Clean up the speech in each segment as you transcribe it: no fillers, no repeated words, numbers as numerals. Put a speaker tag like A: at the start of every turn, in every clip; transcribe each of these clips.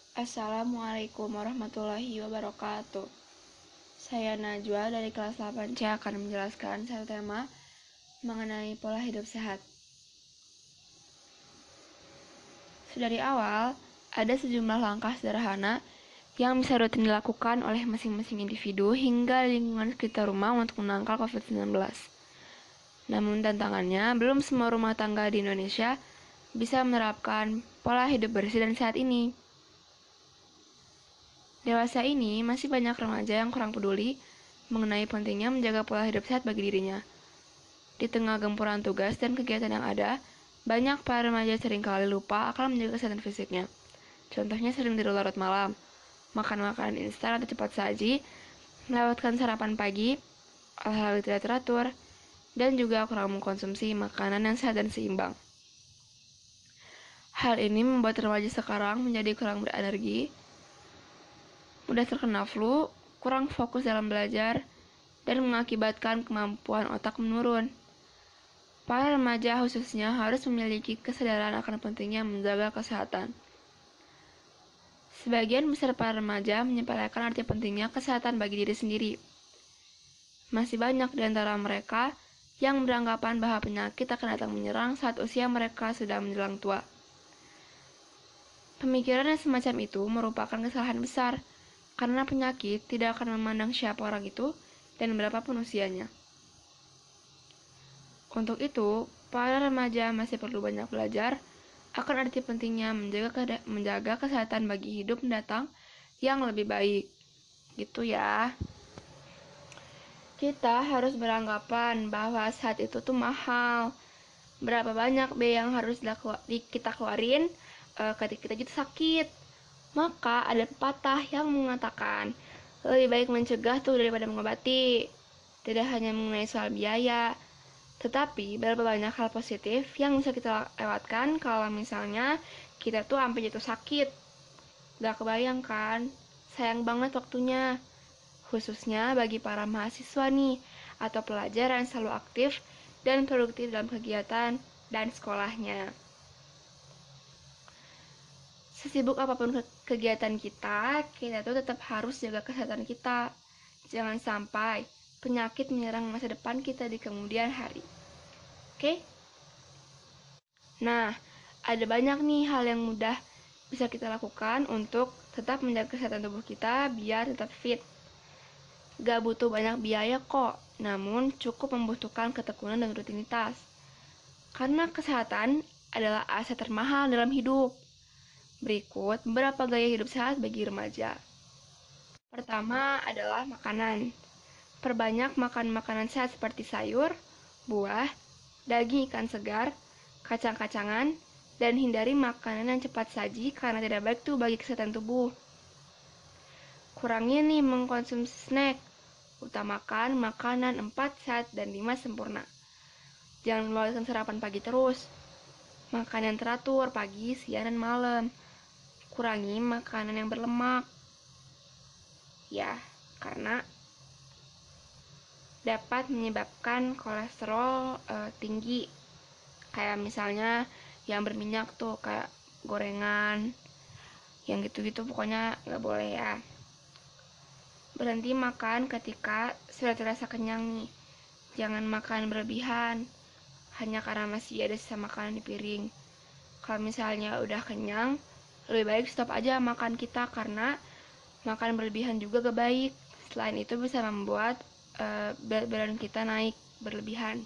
A: Assalamualaikum warahmatullahi wabarakatuh. Saya Najwa dari kelas 8C akan menjelaskan satu tema mengenai pola hidup sehat. Dari awal, ada sejumlah langkah sederhana yang bisa rutin dilakukan oleh masing-masing individu hingga lingkungan sekitar rumah untuk menangkal COVID-19. Namun tantangannya, belum semua rumah tangga di Indonesia bisa menerapkan pola hidup bersih dan sehat ini. Dewasa ini masih banyak remaja yang kurang peduli mengenai pentingnya menjaga pola hidup sehat bagi dirinya. Di tengah gempuran tugas dan kegiatan yang ada, banyak para remaja seringkali lupa akan menjaga kesehatan fisiknya. Contohnya sering tidur larut malam, makan makanan instan atau cepat saji, melewatkan sarapan pagi, olahraga tidak teratur, dan juga kurang mengkonsumsi makanan yang sehat dan seimbang. Hal ini membuat remaja sekarang menjadi kurang berenergi, mudah terkena flu, kurang fokus dalam belajar, dan mengakibatkan kemampuan otak menurun. Para remaja khususnya harus memiliki kesadaran akan pentingnya menjaga kesehatan. Sebagian besar para remaja menyepelekan arti pentingnya kesehatan bagi diri sendiri. Masih banyak di antara mereka yang beranggapan bahwa penyakit akan datang menyerang saat usia mereka sudah menjelang tua. Pemikiran yang semacam itu merupakan kesalahan besar, karena penyakit tidak akan memandang siapa orang itu dan berapapun usianya. Untuk itu, para remaja masih perlu banyak belajar akan arti pentingnya menjaga kesehatan bagi hidup mendatang yang lebih baik. Gitu ya. Kita harus beranggapan bahwa saat itu tuh mahal. Berapa banyak biaya yang harus kita keluarin ketika kita jatuh sakit. Maka ada pepatah yang mengatakan, lebih baik mencegah tuh daripada mengobati. Tidak hanya mengenai soal biaya, tetapi berapa banyak hal positif yang bisa kita lewatkan kalau misalnya kita tuh sampai jatuh sakit. Gak kebayang kan? Sayang banget waktunya. Khususnya bagi para mahasiswa nih, atau pelajar yang selalu aktif dan produktif dalam kegiatan dan sekolahnya. Sesibuk apapun kegiatan kita tuh tetap harus jaga kesehatan kita. Jangan sampai penyakit menyerang masa depan kita di kemudian hari. Oke? Nah, ada banyak nih hal yang mudah bisa kita lakukan untuk tetap menjaga kesehatan tubuh kita biar tetap fit. Gak butuh banyak biaya kok, namun cukup membutuhkan ketekunan dan rutinitas. Karena kesehatan adalah aset termahal dalam hidup. Berikut beberapa gaya hidup sehat bagi remaja. Pertama adalah makanan. Perbanyak makan makanan sehat seperti sayur, buah, daging ikan segar, kacang-kacangan, dan hindari makanan yang cepat saji karena tidak baik tuh bagi kesehatan tubuh. Kurangi nih mengkonsumsi snack. Utamakan makanan 4 sehat dan 5 sempurna. Jangan melewatkan sarapan pagi terus. Makan yang teratur pagi, siang, dan malam. Kurangi makanan yang berlemak. Ya, karena dapat menyebabkan kolesterol tinggi. Kayak misalnya yang berminyak tuh, kayak gorengan, yang gitu-gitu pokoknya nggak boleh ya. Berhenti makan ketika sudah terasa kenyang nih. Jangan makan berlebihan hanya karena masih ada sisa makanan di piring. Kalau misalnya udah kenyang, lebih baik stop aja makan kita karena makan berlebihan juga gak baik. Selain itu bisa membuat berat badan kita naik berlebihan.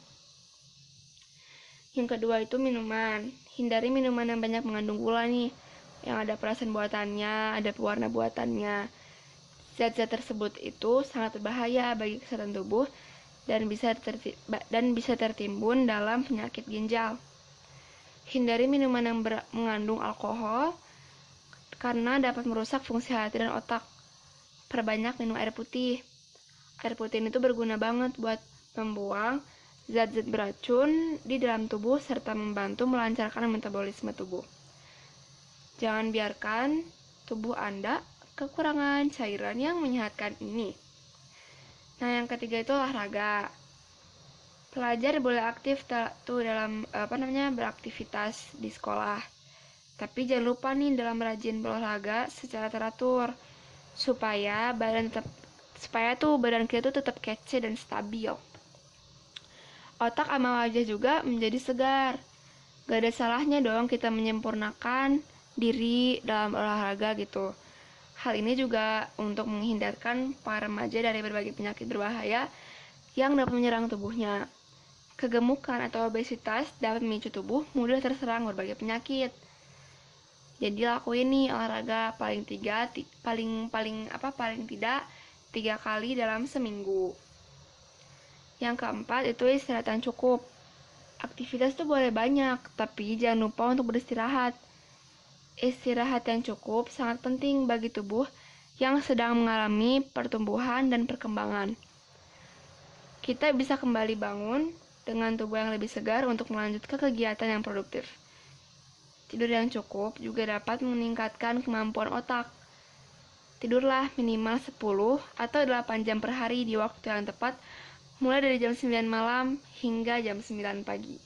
A: Yang kedua itu minuman. Hindari minuman yang banyak mengandung gula nih, yang ada perasan buatannya, ada pewarna buatannya. Zat-zat tersebut itu sangat berbahaya bagi kesehatan tubuh dan bisa tertimbun dalam penyakit ginjal. Hindari minuman yang mengandung alkohol karena dapat merusak fungsi hati dan otak. Perbanyak minum air putih. Air putih itu berguna banget buat membuang zat-zat beracun di dalam tubuh serta membantu melancarkan metabolisme tubuh. Jangan biarkan tubuh Anda kekurangan cairan yang menyehatkan ini. Nah, yang ketiga itu olahraga. Pelajar boleh aktif tuh dalam beraktivitas di sekolah. Tapi jangan lupa nih dalam rajin berolahraga secara teratur supaya badan kita tuh tetap kece dan stabil. Otak sama wajah juga menjadi segar. Gak ada salahnya dong kita menyempurnakan diri dalam olahraga gitu. Hal ini juga untuk menghindarkan para remaja dari berbagai penyakit berbahaya yang dapat menyerang tubuhnya. Kegemukan atau obesitas dapat memicu tubuh mudah terserang berbagai penyakit. Jadi lakuin nih olahraga paling tidak 3 kali dalam seminggu. Yang keempat itu istirahat yang cukup. Aktivitas tuh boleh banyak, tapi jangan lupa untuk beristirahat. Istirahat yang cukup sangat penting bagi tubuh yang sedang mengalami pertumbuhan dan perkembangan. Kita bisa kembali bangun dengan tubuh yang lebih segar untuk melanjutkan kegiatan yang produktif. Tidur yang cukup juga dapat meningkatkan kemampuan otak. Tidurlah minimal 10 atau 8 jam per hari di waktu yang tepat, mulai dari jam 9 malam hingga jam 9 pagi.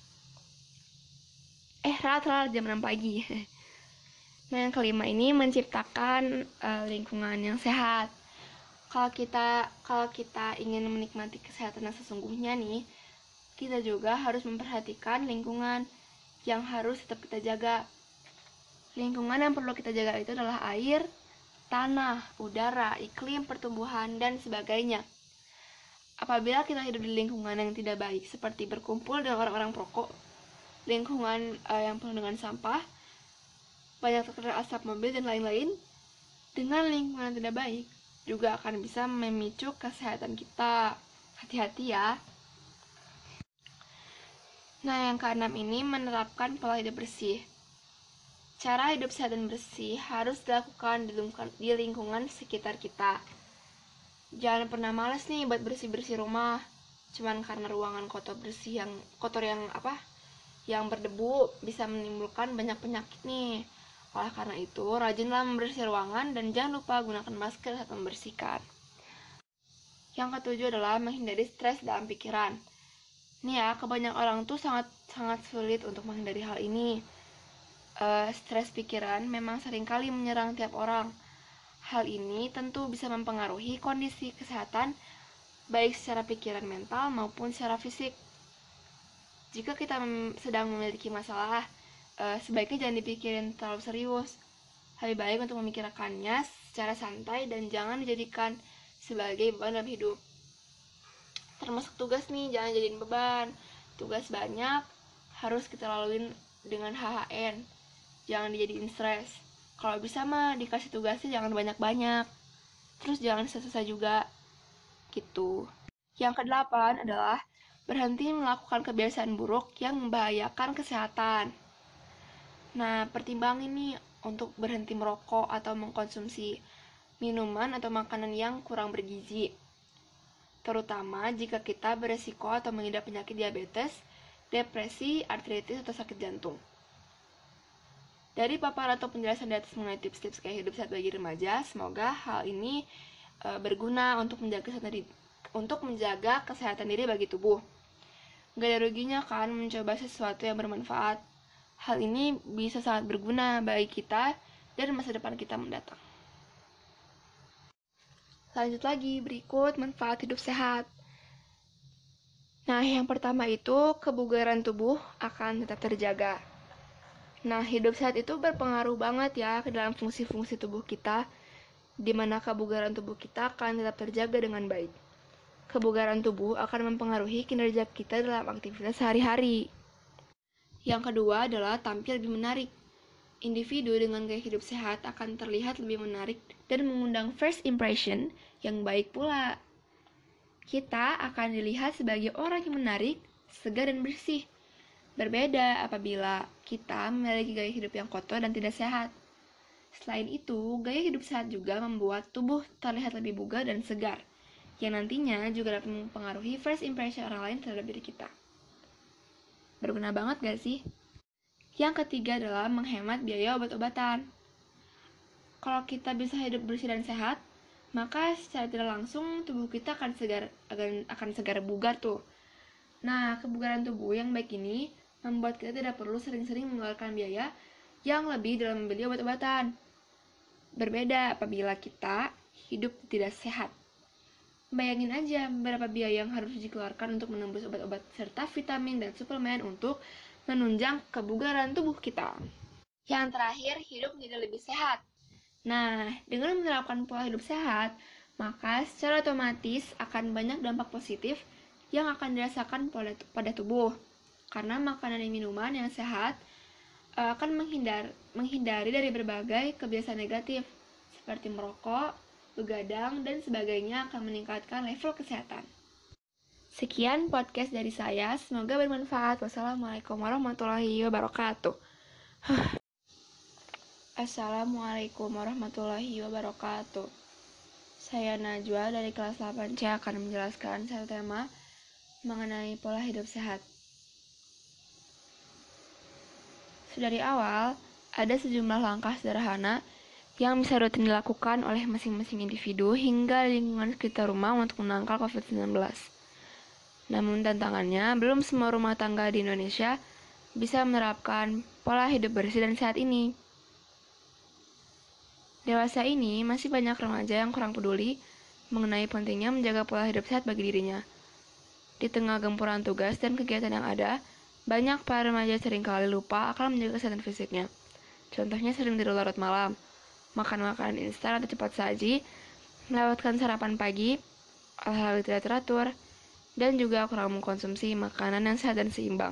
A: Rata-rata jam 6 pagi. Nah, yang kelima ini menciptakan lingkungan yang sehat. Kalau kita ingin menikmati kesehatan yang sesungguhnya nih, kita juga harus memperhatikan lingkungan yang harus tetap kita jaga. Lingkungan yang perlu kita jaga itu adalah air, tanah, udara, iklim, pertumbuhan, dan sebagainya. Apabila kita hidup di lingkungan yang tidak baik, seperti berkumpul dengan orang-orang perokok, lingkungan yang penuh dengan sampah, banyak terkena asap mobil dan lain-lain, dengan lingkungan yang tidak baik juga akan bisa memicu kesehatan kita. Hati-hati ya. Nah, yang keenam ini menerapkan pola hidup bersih. Cara hidup sehat dan bersih harus dilakukan di lingkungan sekitar kita. Jangan pernah malas nih buat bersih-bersih rumah, cuman karena ruangan yang berdebu bisa menimbulkan banyak penyakit nih. Oleh karena itu, rajinlah membersih ruangan dan jangan lupa gunakan masker saat membersihkan. Yang ketujuh adalah menghindari stres dalam pikiran. Nih ya, kebanyakan orang tuh sangat sulit untuk menghindari hal ini. Stres pikiran memang seringkali menyerang tiap orang. Hal ini tentu bisa mempengaruhi kondisi kesehatan baik secara pikiran mental maupun secara fisik. Jika kita sedang memiliki masalah, sebaiknya jangan dipikirin terlalu serius. Lebih baik untuk memikirkannya secara santai dan jangan dijadikan sebagai beban dalam hidup. Termasuk tugas nih, jangan jadiin beban. Tugas banyak harus kita laluin dengan HHN. Jangan dijadiin stres. Kalau bisa mah dikasih tugasnya jangan banyak-banyak. Terus jangan susah-susah juga. Gitu. Yang kedelapan adalah berhenti melakukan kebiasaan buruk yang membahayakan kesehatan. Nah, pertimbangin nih untuk berhenti merokok atau mengkonsumsi minuman atau makanan yang kurang bergizi. Terutama jika kita beresiko atau mengidap penyakit diabetes, depresi, artritis, atau sakit jantung. Dari paparan atau penjelasan di atas mengenai tips-tips gaya hidup sehat bagi remaja, semoga hal ini berguna untuk menjaga kesehatan diri bagi tubuh. Gak ada ruginya kan mencoba sesuatu yang bermanfaat. Hal ini bisa sangat berguna bagi kita dan masa depan kita mendatang. Lanjut lagi, berikut manfaat hidup sehat. Nah, yang pertama itu kebugaran tubuh akan tetap terjaga. Nah, hidup sehat itu berpengaruh banget ya ke dalam fungsi-fungsi tubuh kita, di mana kebugaran tubuh kita akan tetap terjaga dengan baik. Kebugaran tubuh akan mempengaruhi kinerja kita dalam aktivitas sehari-hari. Yang kedua adalah tampil lebih menarik. Individu dengan gaya hidup sehat akan terlihat lebih menarik dan mengundang first impression yang baik pula. Kita akan dilihat sebagai orang yang menarik, segar dan bersih. Berbeda apabila kita memiliki gaya hidup yang kotor dan tidak sehat. Selain itu, gaya hidup sehat juga membuat tubuh terlihat lebih bugar dan segar, yang nantinya juga dapat mempengaruhi first impression orang lain terhadap diri kita. Berguna banget gak sih? Yang ketiga adalah menghemat biaya obat-obatan. Kalau kita bisa hidup bersih dan sehat, maka secara tidak langsung tubuh kita akan segar bugar tuh. Nah, kebugaran tubuh yang baik ini membuat kita tidak perlu sering-sering mengeluarkan biaya yang lebih dalam membeli obat-obatan. Berbeda apabila kita hidup tidak sehat. Bayangin aja berapa biaya yang harus dikeluarkan untuk menembus obat-obat serta vitamin dan suplemen untuk menunjang kebugaran tubuh kita. Yang terakhir, hidup menjadi lebih sehat. Nah, dengan menerapkan pola hidup sehat, maka secara otomatis akan banyak dampak positif yang akan dirasakan pada tubuh. Karena makanan dan minuman yang sehat akan menghindari dari berbagai kebiasaan negatif seperti merokok, begadang, dan sebagainya akan meningkatkan level kesehatan. Sekian podcast dari saya, semoga bermanfaat. Wassalamualaikum warahmatullahi wabarakatuh. Assalamualaikum warahmatullahi wabarakatuh. Saya Najwa dari kelas 8C akan menjelaskan satu tema mengenai pola hidup sehat. Dari awal, ada sejumlah langkah sederhana yang bisa rutin dilakukan oleh masing-masing individu hingga lingkungan sekitar rumah untuk menangkal COVID-19. Namun tantangannya, belum semua rumah tangga di Indonesia bisa menerapkan pola hidup bersih dan sehat ini. Dewasa ini masih banyak remaja yang kurang peduli mengenai pentingnya menjaga pola hidup sehat bagi dirinya. Di tengah gempuran tugas dan kegiatan yang ada, banyak para remaja seringkali lupa akan menjaga kesehatan fisiknya. Contohnya sering tidur larut malam, makan makanan instan atau cepat saji, melewatkan sarapan pagi, olahraga tidak teratur, dan juga kurang mengkonsumsi makanan yang sehat dan seimbang.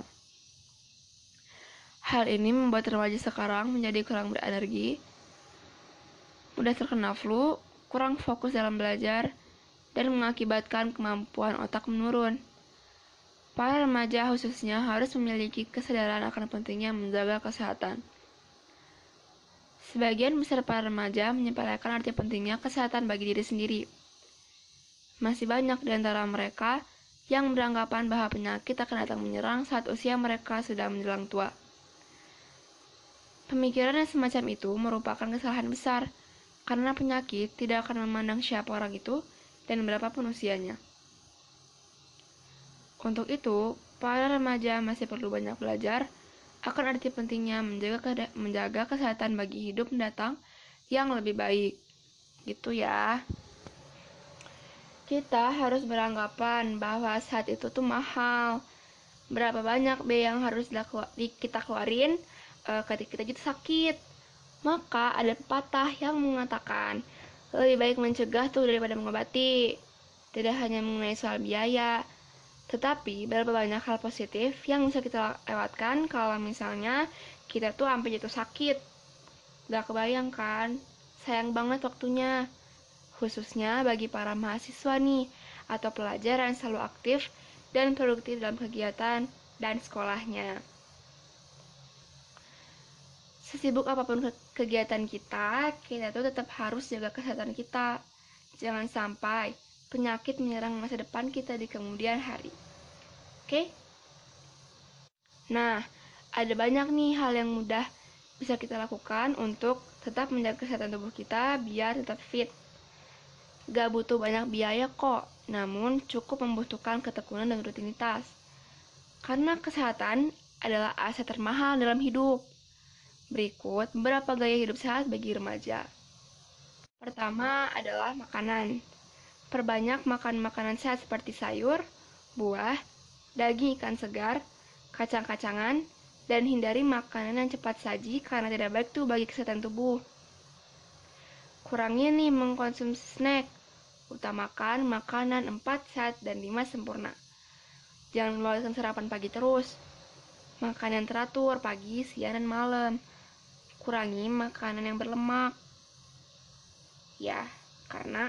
A: Hal ini membuat remaja sekarang menjadi kurang berenergi, mudah terkena flu, kurang fokus dalam belajar, dan mengakibatkan kemampuan otak menurun. Para remaja khususnya harus memiliki kesadaran akan pentingnya menjaga kesehatan. Sebagian besar para remaja menyepelekan arti pentingnya kesehatan bagi diri sendiri. Masih banyak di antara mereka yang beranggapan bahwa penyakit akan datang menyerang saat usia mereka sudah menjelang tua. Pemikiran yang semacam itu merupakan kesalahan besar, karena penyakit tidak akan memandang siapa orang itu dan berapapun usianya. Untuk itu, para remaja masih perlu banyak belajar akan arti pentingnya menjaga kesehatan bagi hidup mendatang yang lebih baik. Gitu ya. Kita harus beranggapan bahwa saat itu tuh mahal. Berapa banyak biaya yang harus kita keluarin ketika kita jatuh sakit. Maka ada pepatah yang mengatakan, lebih baik mencegah tuh daripada mengobati. Tidak hanya mengenai soal biaya, tetapi berapa banyak hal positif yang bisa kita lewatkan kalau misalnya kita tuh sampai jatuh sakit. Gak kebayang kan? Sayang banget waktunya. Khususnya bagi para mahasiswa nih, atau pelajar yang selalu aktif dan produktif dalam kegiatan dan sekolahnya. Sesibuk apapun kegiatan kita tuh tetap harus jaga kesehatan kita. Jangan sampai penyakit menyerang masa depan kita di kemudian hari. Oke? Nah, ada banyak nih hal yang mudah bisa kita lakukan untuk tetap menjaga kesehatan tubuh kita biar tetap fit. Gak butuh banyak biaya kok, namun cukup membutuhkan ketekunan dan rutinitas. Karena kesehatan adalah aset termahal dalam hidup. Berikut beberapa gaya hidup sehat bagi remaja. Pertama adalah makanan. Perbanyak makan makanan sehat seperti sayur, buah, daging ikan segar, kacang-kacangan, dan hindari makanan yang cepat saji karena tidak baik tuh bagi kesehatan tubuh. Kurangi nih mengkonsumsi snack. Utamakan makanan 4 sehat dan 5 sempurna. Jangan melewatkan sarapan pagi terus. Makan yang teratur pagi, siang, dan malam. Kurangi makanan yang berlemak. Ya, karena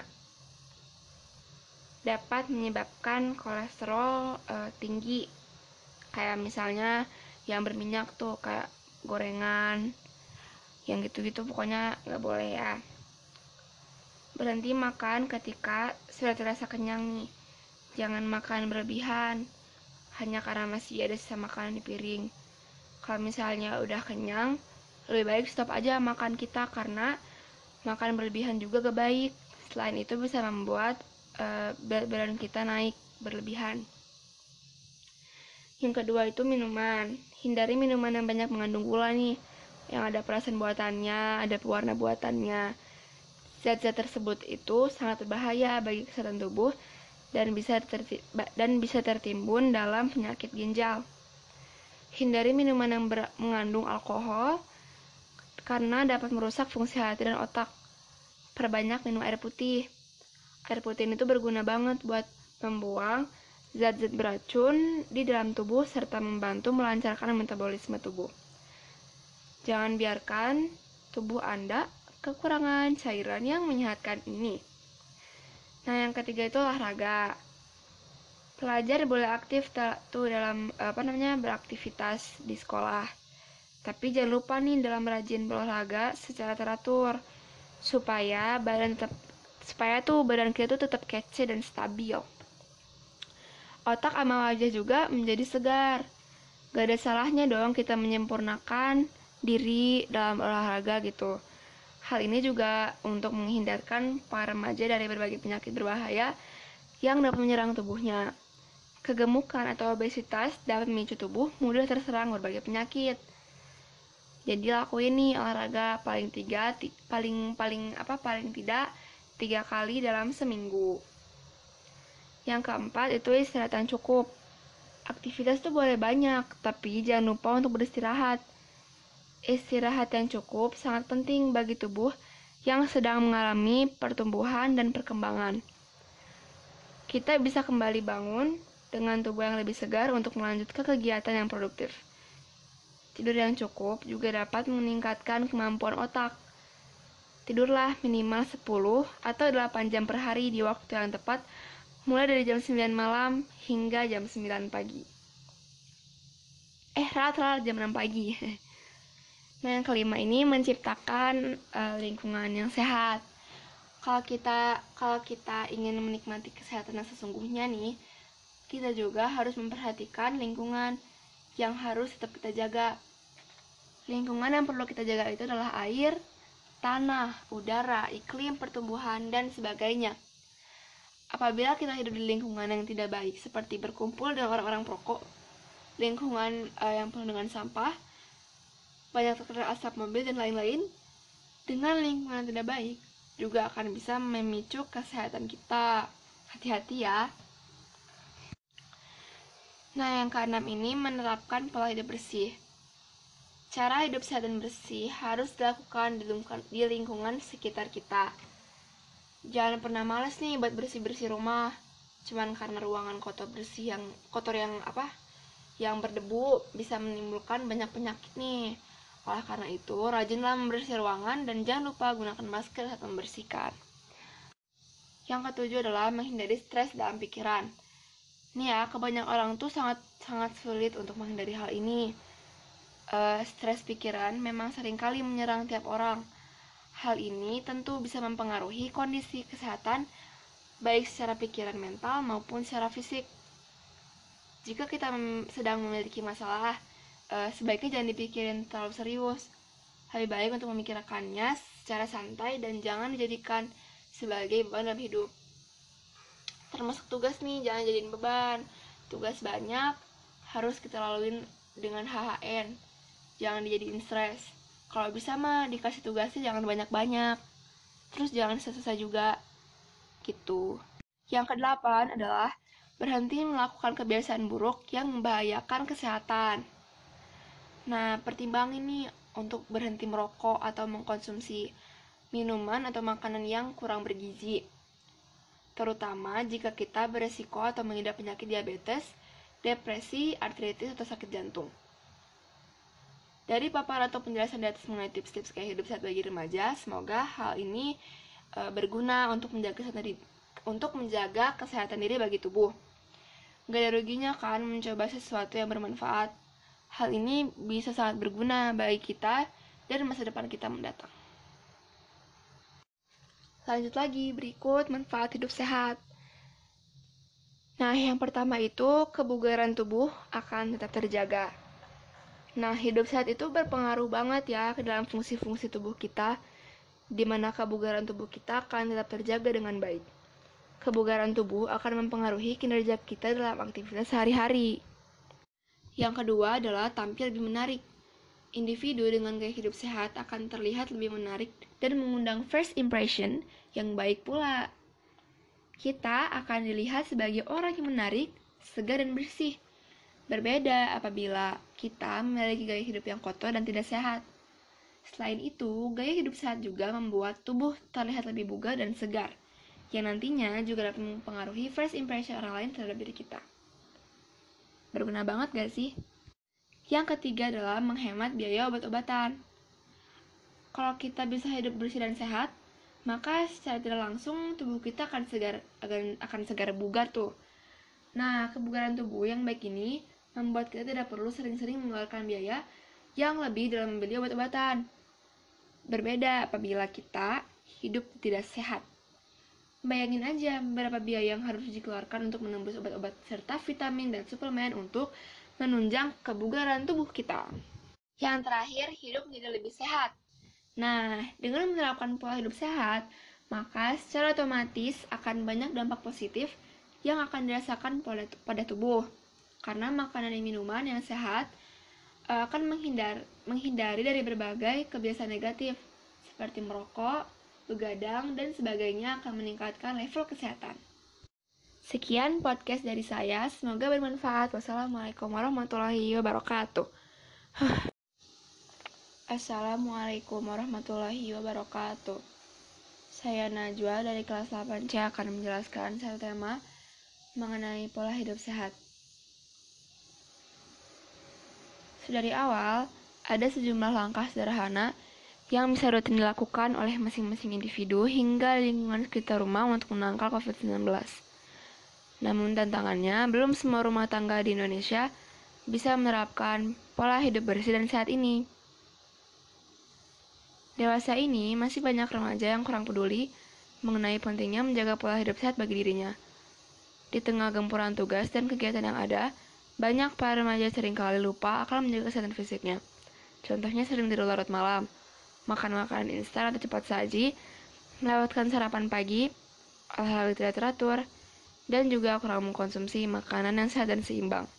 A: dapat menyebabkan kolesterol tinggi. Kayak misalnya yang berminyak tuh, kayak gorengan, yang gitu-gitu pokoknya nggak boleh ya. Berhenti makan ketika sudah terasa kenyang nih. Jangan makan berlebihan hanya karena masih ada sisa makanan di piring. Kalau misalnya udah kenyang, lebih baik stop aja makan kita, karena makan berlebihan juga gak baik. Selain itu bisa membuat berat badan kita naik berlebihan. Yang kedua itu minuman. Hindari minuman yang banyak mengandung gula nih. yang ada perasan buatannya, ada pewarna buatannya. Zat-zat tersebut itu sangat berbahaya bagi kesehatan tubuh dan bisa tertimbun dalam penyakit ginjal. Hindari minuman yang mengandung alkohol karena dapat merusak fungsi hati dan otak. Perbanyak minum air putih. Air putih itu berguna banget buat membuang zat-zat beracun di dalam tubuh serta membantu melancarkan metabolisme tubuh. Jangan biarkan tubuh Anda kekurangan cairan yang menyehatkan ini. Nah, yang ketiga itu olahraga. Pelajar boleh aktif dalam beraktivitas di sekolah. Tapi jangan lupa nih dalam rajin berolahraga secara teratur supaya badan kita tuh tetap kece dan stabil. Otak sama wajah juga menjadi segar. Gak ada salahnya dong kita menyempurnakan diri dalam olahraga gitu. Hal ini juga untuk menghindarkan para remaja dari berbagai penyakit berbahaya yang dapat menyerang tubuhnya. Kegemukan atau obesitas dapat memicu tubuh mudah terserang berbagai penyakit. Jadi lakuin nih olahraga paling tidak 3 kali dalam seminggu. Yang keempat itu istirahat yang cukup. Aktivitas tuh boleh banyak, tapi jangan lupa untuk beristirahat. Istirahat yang cukup sangat penting bagi tubuh yang sedang mengalami pertumbuhan dan perkembangan. Kita bisa kembali bangun dengan tubuh yang lebih segar untuk melanjutkan kegiatan yang produktif. Tidur yang cukup juga dapat meningkatkan kemampuan otak. Tidurlah minimal 10 atau 8 jam per hari di waktu yang tepat, mulai dari jam 9 malam hingga jam 9 pagi. Rata-rata jam 6 pagi. Nah, yang kelima ini menciptakan lingkungan yang sehat. Kalau kita ingin menikmati kesehatan yang sesungguhnya nih, kita juga harus memperhatikan lingkungan yang harus tetap kita jaga. Lingkungan yang perlu kita jaga itu adalah air, tanah, udara, iklim, pertumbuhan, dan sebagainya. Apabila kita hidup di lingkungan yang tidak baik, seperti berkumpul dengan orang-orang perokok, lingkungan yang penuh dengan sampah, banyak terkena asap mobil, dan lain-lain, dengan lingkungan yang tidak baik, juga akan bisa memicu kesehatan kita. Hati-hati ya. Nah, yang keenam ini menerapkan pola hidup bersih. Cara hidup sehat dan bersih harus dilakukan di lingkungan sekitar kita. Jangan pernah malas nih buat bersih-bersih rumah, cuman karena ruangan yang berdebu bisa menimbulkan banyak penyakit nih. Oleh karena itu, rajinlah membersih ruangan dan jangan lupa gunakan masker saat membersihkan. Yang ketujuh adalah menghindari stres dalam pikiran. Nih ya, kebanyakan orang tuh sangat sulit untuk menghindari hal ini. Stres pikiran memang seringkali menyerang tiap orang. Hal ini tentu bisa mempengaruhi kondisi kesehatan baik secara pikiran mental maupun secara fisik. Jika kita sedang memiliki masalah, sebaiknya jangan dipikirin terlalu serius. Lebih baik untuk memikirkannya secara santai dan jangan dijadikan sebagai beban dalam hidup. Termasuk tugas nih, jangan jadiin beban. Tugas banyak harus kita laluin dengan HHN. Jangan dijadiin stres. Kalau bisa mah dikasih tugasnya jangan banyak-banyak. Terus jangan susah-susah juga. Gitu. Yang kedelapan adalah berhenti melakukan kebiasaan buruk yang membahayakan kesehatan. Nah, pertimbangin nih untuk berhenti merokok atau mengkonsumsi minuman atau makanan yang kurang bergizi. Terutama jika kita beresiko atau mengidap penyakit diabetes, depresi, artritis, atau sakit jantung. Dari paparan atau penjelasan di atas mengenai tips-tips gaya hidup sehat bagi remaja, semoga hal ini berguna untuk menjaga kesehatan diri bagi tubuh. Gak ada ruginya kan mencoba sesuatu yang bermanfaat. Hal ini bisa sangat berguna bagi kita dan masa depan kita mendatang. Lanjut lagi, berikut manfaat hidup sehat. Nah, yang pertama itu kebugaran tubuh akan tetap terjaga. Nah, hidup sehat itu berpengaruh banget ya ke dalam fungsi-fungsi tubuh kita, di mana kebugaran tubuh kita akan tetap terjaga dengan baik. Kebugaran tubuh akan mempengaruhi kinerja kita dalam aktivitas sehari-hari. Yang kedua adalah tampil lebih menarik. Individu dengan gaya hidup sehat akan terlihat lebih menarik dan mengundang first impression yang baik pula. Kita akan dilihat sebagai orang yang menarik, segar dan bersih. Berbeda apabila kita memiliki gaya hidup yang kotor dan tidak sehat. Selain itu, gaya hidup sehat juga membuat tubuh terlihat lebih bugar dan segar, yang nantinya juga dapat mempengaruhi first impression orang lain terhadap diri kita. Berguna banget gak sih? Yang ketiga adalah menghemat biaya obat-obatan. Kalau kita bisa hidup bersih dan sehat, maka secara tidak langsung tubuh kita akan segar bugar tuh. Nah, kebugaran tubuh yang baik ini membuat kita tidak perlu sering-sering mengeluarkan biaya yang lebih dalam membeli obat-obatan. Berbeda apabila kita hidup tidak sehat. Bayangin aja berapa biaya yang harus dikeluarkan untuk menembus obat-obat serta vitamin dan suplemen untuk menunjang kebugaran tubuh kita. Yang terakhir, hidup menjadi lebih sehat. Nah, dengan menerapkan pola hidup sehat, maka secara otomatis akan banyak dampak positif yang akan dirasakan pada tubuh. Karena makanan dan minuman yang sehat akan menghindari dari berbagai kebiasaan negatif seperti merokok, begadang, dan sebagainya akan meningkatkan level kesehatan. Sekian podcast dari saya, semoga bermanfaat. Wassalamualaikum warahmatullahi wabarakatuh. Assalamualaikum warahmatullahi wabarakatuh. Saya Najwa dari kelas 8C akan menjelaskan satu tema mengenai pola hidup sehat. Dari awal, ada sejumlah langkah sederhana yang bisa rutin dilakukan oleh masing-masing individu hingga lingkungan sekitar rumah untuk menangkal COVID-19. Namun tantangannya, belum semua rumah tangga di Indonesia bisa menerapkan pola hidup bersih dan sehat ini. Dewasa ini masih banyak remaja yang kurang peduli mengenai pentingnya menjaga pola hidup sehat bagi dirinya. Di tengah gempuran tugas dan kegiatan yang ada, banyak para remaja seringkali lupa akan menjaga kesehatan fisiknya. Contohnya sering tidur larut malam, makan makanan instan atau cepat saji, melewatkan sarapan pagi, olahraga tidak teratur, dan juga kurang mengkonsumsi makanan yang sehat dan seimbang.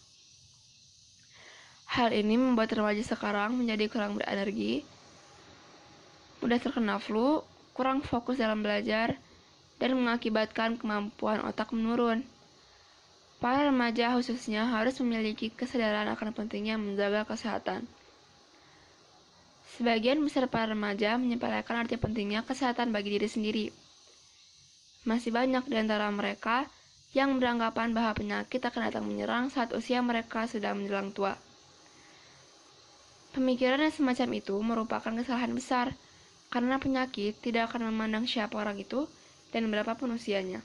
A: Hal ini membuat remaja sekarang menjadi kurang berenergi, mudah terkena flu, kurang fokus dalam belajar, dan mengakibatkan kemampuan otak menurun. Para remaja khususnya harus memiliki kesadaran akan pentingnya menjaga kesehatan. Sebagian besar para remaja menyepelekan arti pentingnya kesehatan bagi diri sendiri. Masih banyak di antara mereka yang beranggapan bahwa penyakit akan datang menyerang saat usia mereka sudah menjelang tua. Pemikiran yang semacam itu merupakan kesalahan besar, karena penyakit tidak akan memandang siapa orang itu dan berapapun usianya.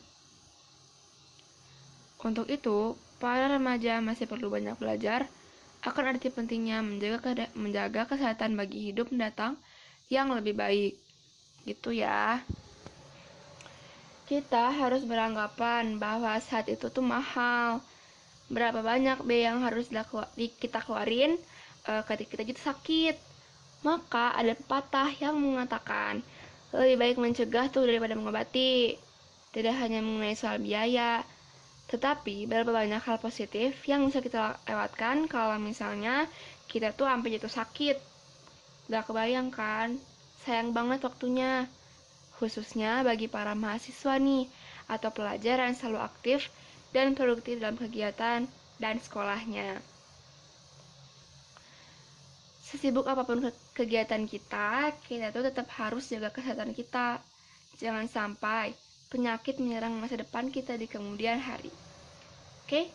A: Untuk itu, para remaja masih perlu banyak belajar akan arti pentingnya menjaga kesehatan bagi hidup mendatang yang lebih baik. Gitu ya. Kita harus beranggapan bahwa saat itu tuh mahal. Berapa banyak biaya yang harus kita keluarin ketika kita jatuh sakit. Maka ada pepatah yang mengatakan, lebih baik mencegah tuh daripada mengobati. Tidak hanya mengenai soal biaya, tetapi berapa banyak hal positif yang bisa kita lewatkan kalau misalnya kita tuh sampai jatuh sakit. Gak kebayang kan? Sayang banget waktunya. Khususnya bagi para mahasiswa nih, atau pelajar yang selalu aktif dan produktif dalam kegiatan dan sekolahnya. Sesibuk apapun kegiatan kita tuh tetap harus jaga kesehatan kita. Jangan sampai penyakit menyerang masa depan kita di kemudian hari. Oke?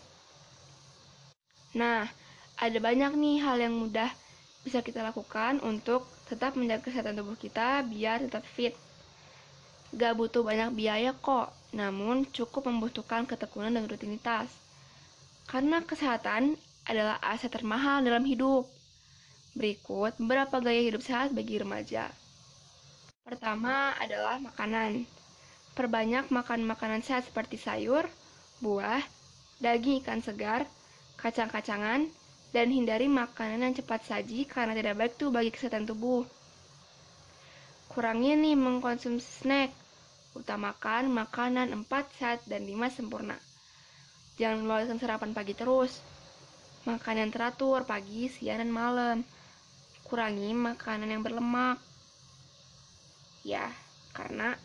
A: Nah, ada banyak nih hal yang mudah bisa kita lakukan untuk tetap menjaga kesehatan tubuh kita biar tetap fit. Gak butuh banyak biaya kok, namun cukup membutuhkan ketekunan dan rutinitas. Karena kesehatan adalah aset termahal dalam hidup. Berikut beberapa gaya hidup sehat bagi remaja. Pertama adalah makanan. Perbanyak makan makanan sehat seperti sayur, buah, daging ikan segar, kacang-kacangan, dan hindari makanan yang cepat saji karena tidak baik tuh bagi kesehatan tubuh. Kurangi nih mengkonsumsi snack. Utamakan makanan 4 sehat dan 5 sempurna. Jangan melewatkan sarapan pagi terus. Makan yang teratur pagi, siang, dan malam. kurangi makanan yang berlemak. Ya, karena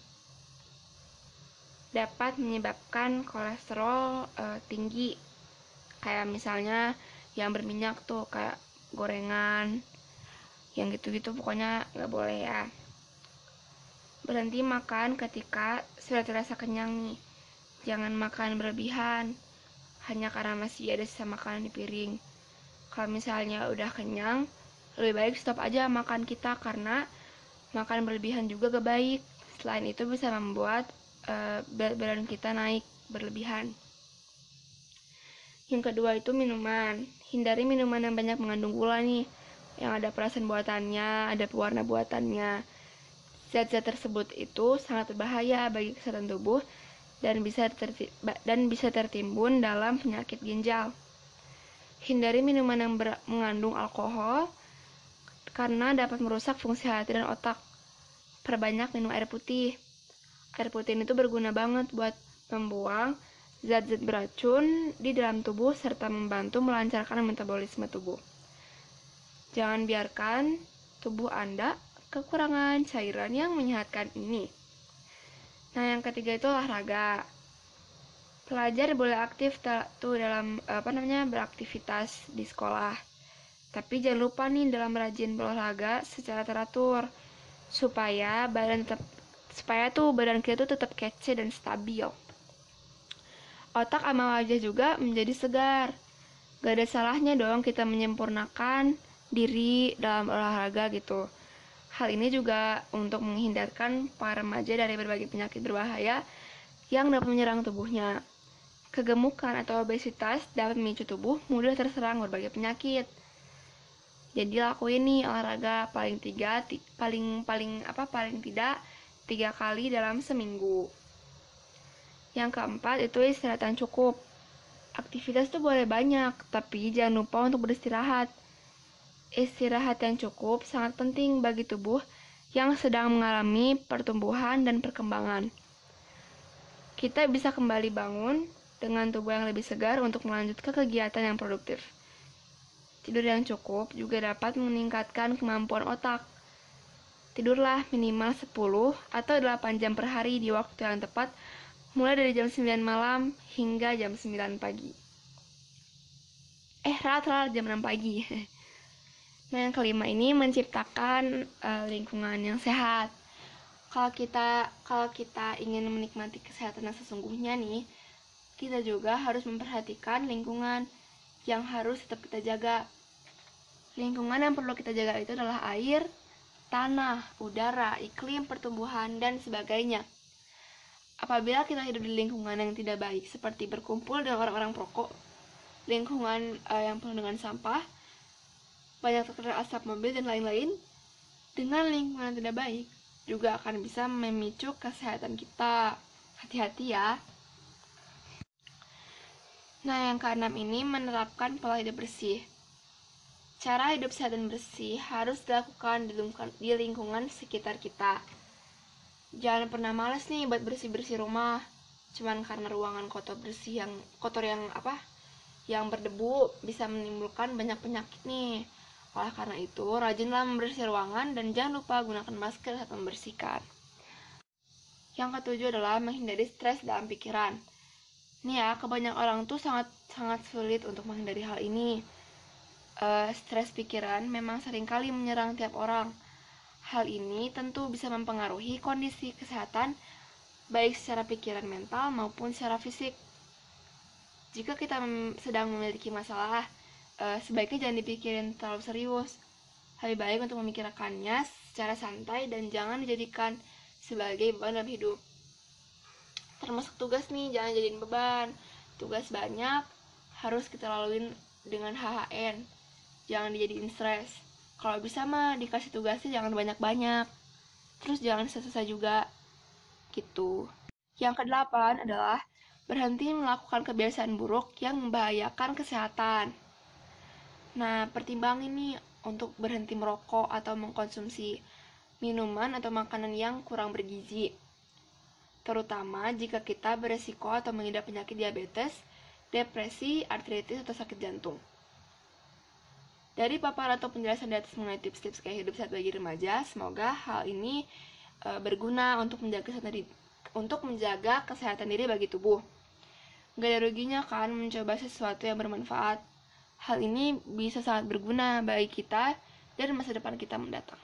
A: dapat menyebabkan kolesterol tinggi. Kayak misalnya yang berminyak tuh, kayak gorengan, yang gitu-gitu pokoknya nggak boleh ya. Berhenti makan ketika sudah terasa kenyang nih. Jangan makan berlebihan, hanya karena masih ada sisa makanan di piring. Kalau misalnya udah kenyang, lebih baik stop aja makan kita, karena makan berlebihan juga gak baik. Selain itu bisa membuat berat badan kita naik berlebihan. Yang kedua itu minuman. Hindari minuman yang banyak mengandung gula nih, yang ada perasan buatannya, ada pewarna buatannya. Zat-zat tersebut itu sangat berbahaya bagi kesehatan tubuh dan bisa tertimbun dalam penyakit ginjal. Hindari minuman yang mengandung alkohol karena dapat merusak fungsi hati dan otak. Perbanyak minum air putih. Air putih itu berguna banget buat membuang zat-zat beracun di dalam tubuh serta membantu melancarkan metabolisme tubuh. Jangan biarkan tubuh Anda kekurangan cairan yang menyehatkan ini. Nah, yang ketiga itu olahraga. Pelajar boleh aktif tuh dalam beraktivitas di sekolah. Tapi jangan lupa nih dalam rajin berolahraga secara teratur supaya badan kita tuh tetap kece dan stabil. Otak sama wajah juga menjadi segar. Gak ada salahnya dong kita menyempurnakan diri dalam olahraga gitu. Hal ini juga untuk menghindarkan para remaja dari berbagai penyakit berbahaya yang dapat menyerang tubuhnya. Kegemukan atau obesitas dapat memicu tubuh mudah terserang berbagai penyakit. Jadi lakuin nih olahraga paling tidak 3 kali dalam seminggu. Yang keempat itu istirahat yang cukup. Aktivitas tuh boleh banyak, tapi jangan lupa untuk beristirahat. Istirahat yang cukup sangat penting bagi tubuh yang sedang mengalami pertumbuhan dan perkembangan. Kita bisa kembali bangun dengan tubuh yang lebih segar untuk melanjutkan kegiatan yang produktif. Tidur yang cukup juga dapat meningkatkan kemampuan otak. Tidurlah minimal 10 atau 8 jam per hari di waktu yang tepat, mulai dari jam 9 malam hingga jam 9 pagi. Rata-rata jam 6 pagi. Nah, yang kelima ini menciptakan lingkungan yang sehat. Kalau kita ingin menikmati kesehatan yang sesungguhnya nih, kita juga harus memperhatikan lingkungan yang harus tetap kita jaga. Lingkungan yang perlu kita jaga itu adalah air, tanah, udara, iklim, pertumbuhan, dan sebagainya. Apabila kita hidup di lingkungan yang tidak baik, seperti berkumpul dengan orang-orang perokok, lingkungan yang penuh dengan sampah, banyak terkena asap mobil dan lain-lain, dengan lingkungan yang tidak baik juga akan bisa memicu kesehatan kita. Hati-hati ya. Nah, yang keenam ini menerapkan pola hidup bersih. Cara hidup sehat dan bersih harus dilakukan di lingkungan sekitar kita. Jangan pernah malas nih buat bersih-bersih rumah, cuman karena ruangan yang berdebu bisa menimbulkan banyak penyakit nih. Oleh karena itu, rajinlah membersih ruangan dan jangan lupa gunakan masker saat membersihkan. Yang ketujuh adalah menghindari stres dalam pikiran. Nih ya, kebanyakan orang tuh sangat sulit untuk menghindari hal ini. Stres pikiran memang seringkali menyerang tiap orang. Hal ini tentu bisa mempengaruhi kondisi kesehatan baik secara pikiran mental maupun secara fisik. Jika kita sedang memiliki masalah, sebaiknya jangan dipikirin terlalu serius. Lebih baik untuk memikirkannya secara santai dan jangan dijadikan sebagai beban dalam hidup. Termasuk tugas nih, jangan jadiin beban. Tugas banyak harus kita laluin dengan HHN. Jangan dijadiin stres. Kalau bisa mah dikasih tugasnya jangan banyak-banyak. Terus jangan selesai juga. Gitu. Yang kedelapan adalah berhenti melakukan kebiasaan buruk yang membahayakan kesehatan. Nah, pertimbangin nih untuk berhenti merokok atau mengkonsumsi minuman atau makanan yang kurang bergizi. Terutama jika kita beresiko atau mengidap penyakit diabetes, depresi, artritis, atau sakit jantung. Dari paparan atau penjelasan di atas mengenai tips-tips gaya hidup sehat bagi remaja, semoga hal ini berguna untuk menjaga kesehatan diri bagi tubuh. Gak ada ruginya kan mencoba sesuatu yang bermanfaat. Hal ini bisa sangat berguna bagi kita dan masa depan kita mendatang.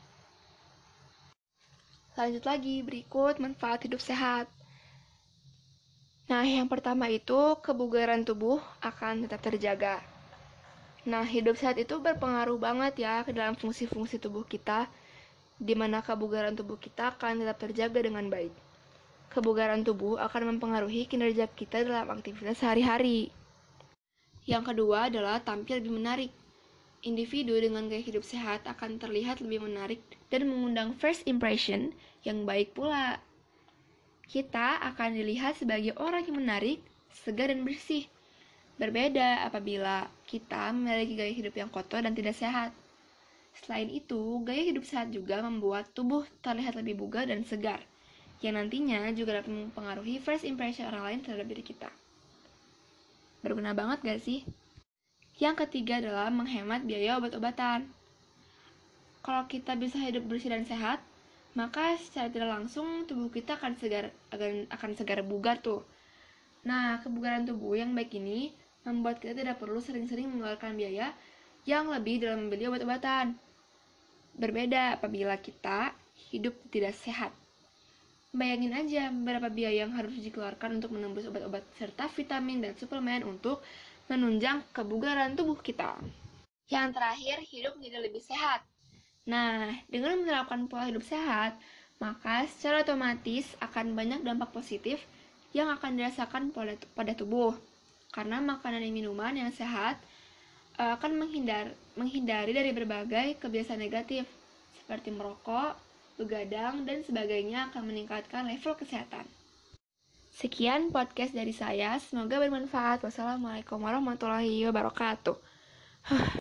A: Lanjut lagi, berikut manfaat hidup sehat. Nah, yang pertama itu kebugaran tubuh akan tetap terjaga. Nah, hidup sehat itu berpengaruh banget ya ke dalam fungsi-fungsi tubuh kita, di mana kebugaran tubuh kita akan tetap terjaga dengan baik. Kebugaran tubuh akan mempengaruhi kinerja kita dalam aktivitas sehari-hari. Yang kedua adalah tampil lebih menarik. Individu dengan gaya hidup sehat akan terlihat lebih menarik dan mengundang first impression yang baik pula. Kita akan dilihat sebagai orang yang menarik, segar dan bersih. Berbeda apabila kita memiliki gaya hidup yang kotor dan tidak sehat. Selain itu, gaya hidup sehat juga membuat tubuh terlihat lebih bugar dan segar, yang nantinya juga dapat mempengaruhi first impression orang lain terhadap diri kita. Berguna banget gak sih? Yang ketiga adalah menghemat biaya obat-obatan. Kalau kita bisa hidup bersih dan sehat, maka secara tidak langsung tubuh kita akan segar bugar tuh. Nah, kebugaran tubuh yang baik ini membuat kita tidak perlu sering-sering mengeluarkan biaya yang lebih dalam membeli obat-obatan. Berbeda apabila kita hidup tidak sehat. Bayangin aja berapa biaya yang harus dikeluarkan untuk menembus obat-obat serta vitamin dan suplemen untuk menunjang kebugaran tubuh kita. Yang terakhir, hidup menjadi lebih sehat. Nah, dengan menerapkan pola hidup sehat, maka secara otomatis akan banyak dampak positif yang akan dirasakan pada tubuh. Karena makanan dan minuman yang sehat akan menghindari dari berbagai kebiasaan negatif, seperti merokok, begadang, dan sebagainya akan meningkatkan level kesehatan. Sekian podcast dari saya, semoga bermanfaat. Wassalamualaikum warahmatullahi wabarakatuh.